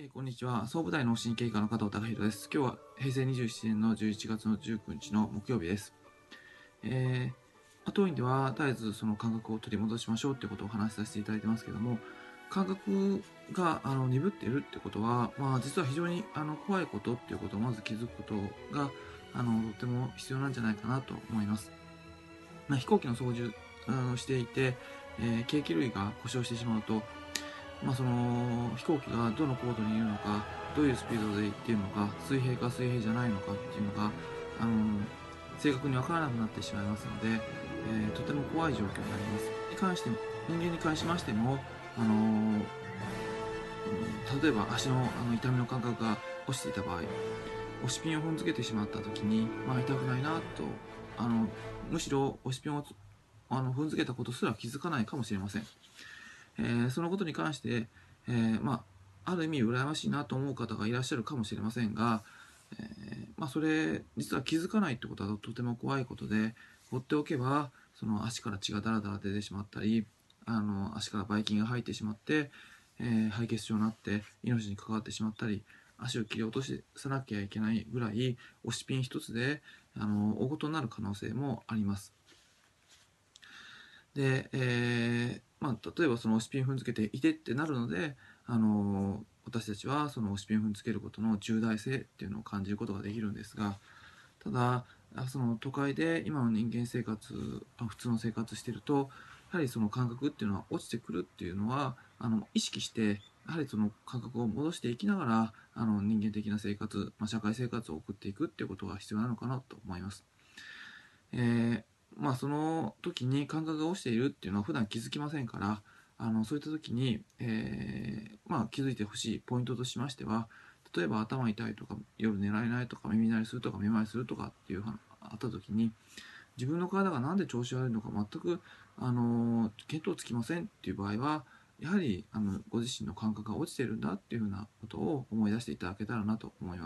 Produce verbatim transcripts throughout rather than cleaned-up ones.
えーこんにちは。総武大脳神経科の加藤孝弘です。今日は平成にじゅうななねんのじゅういちがつのじゅうくにちの木曜日です。えー、当院では絶えずその感覚を取り戻しましょうということをお話しさせていただいてますけども、感覚があの鈍っているってことは、まあ、実は非常にあの怖いことっていうことをまず気づくことがあのとても必要なんじゃないかなと思います。まあ、飛行機の操縦をしていて、えー、計器類が故障してしまうと、まあ、その飛行機がどの高度にいるのか、どういうスピードで行っているのか、水平か水平じゃないのかっていうのが、あの正確に分からなくなってしまいますので、えーとても怖い状況になります。に関して人間に関しましても、あの例えば足のあの痛みの感覚が落ちていた場合、押しピンを踏んづけてしまった時に、まあ、痛くないなと、あのむしろ押しピンをあの踏んづけたことすら気づかないかもしれません。えーそのことに関して、えーまあ、ある意味羨ましいなと思う方がいらっしゃるかもしれませんが、えーまあ、それ実は気づかないってことはとても怖いことで、放っておけばその足から血がダラダラ出てしまったり、あの足からばい菌が入ってしまって、えー敗血症になって命に関わってしまったり、足を切り落としさなきゃいけないぐらい押しピン一つであの大事になる可能性もあります。で、えーまあ、例えばその押しピン踏んづけていてってなるので、あの私たちはその押しピン踏んづけることの重大性っていうのを感じることができるんですが、ただその都会で今の人間生活、普通の生活してると、やはりその感覚っていうのは落ちてくるっていうのはあの意識してやはりその感覚を戻していきながらあの人間的な生活、まあ、社会生活を送っていくっていうことが必要なのかなと思います。えーまあ、その時に感覚が落ちているっていうのは普段気づきませんから、あのそういった時に、えーまあ、気づいてほしいポイントとしましては、例えば頭痛いとか夜寝られないとか耳鳴りするとかめまいするとかっていうあった時に、自分の体が何で調子悪いのか全く、あの見当つきませんっていう場合は、やはりあのご自身の感覚が落ちているんだっていうふうなことを思い出していただけたらなと思います。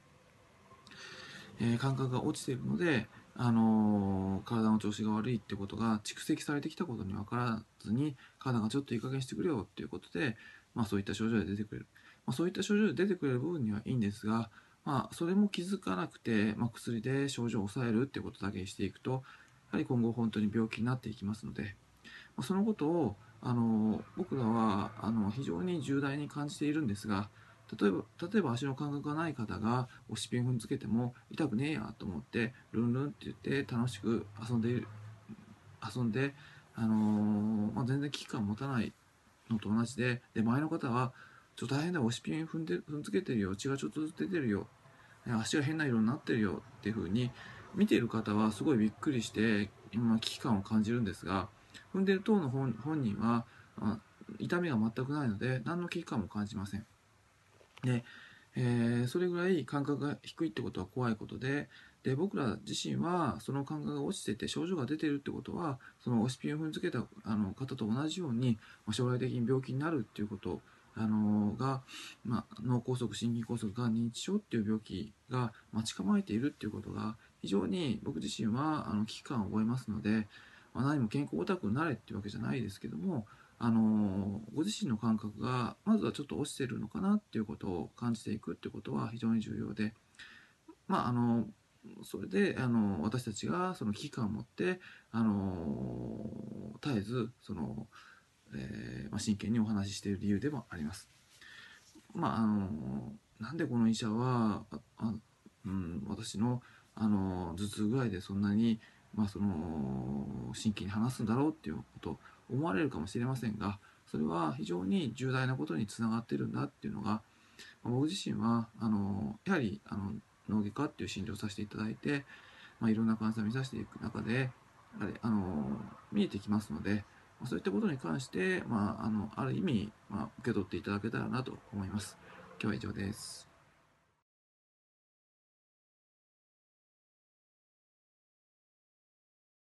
えー感覚が落ちているので、あのー体の調子が悪いってことが蓄積されてきたことに分からずに、体がちょっといい加減してくれよっていうことで、まあ、そういった症状で出てくれる、まあ、そういった症状で出てくれる部分にはいいんですが、まあ、それも気づかなくて、まあ、薬で症状を抑えるっていうことだけにしていくと、やはり今後本当に病気になっていきますので、まあ、そのことを、あの僕らはあの非常に重大に感じているんですが、例えば例えば足の感覚がない方が押しピン踏んつけても痛くねえやと思ってルンルンって言って楽しく遊んでいる遊んで、あのーまあ、全然危機感を持たないのと同じで、で前の方はちょっと大変だ、押しピン踏んで踏んつけてるよ、血がちょっとずつ出てるよ、足が変な色になってるよっていう風に見ている方はすごいびっくりして今危機感を感じるんですが、踏んでる当の本本人は痛みが全くないので何の危機感も感じません。で、えーそれぐらい感覚が低いってことは怖いことで、で僕ら自身はその感覚が落ちてて症状が出てるってことは、その押しピンを踏んづけたあの方と同じように、まあ、将来的に病気になるっていうことあのが、まあ、脳梗塞、心筋梗塞、がん、認知症っていう病気が待ち構えているっていうことが非常に僕自身はあの危機感を覚えますので、まあ、何も健康オタクになれっていうわけじゃないですけども、あのご自身の感覚がまずはちょっと落ちてるのかなっていうことを感じていくってことは非常に重要で、まああのそれであの私たちがその危機感を持ってあの絶えずその、えーまあ、真剣にお話ししている理由でもあります。まああのなんでこの医者はああ、うん、私のあの頭痛ぐらいでそんなに、まあ、その真剣に話すんだろうっていうことを思われるかもしれませんが、それは非常に重大なことにつながってるんだっていうのが、僕自身はあのやはりあの脳外科っていう診療をさせていただいて、まあ、いろんな患者さんを見させていく中でやはりあの見えてきますので、そういったことに関して、まあ、あのある意味、まあ、受け取っていただけたらなと思います。今日は以上です。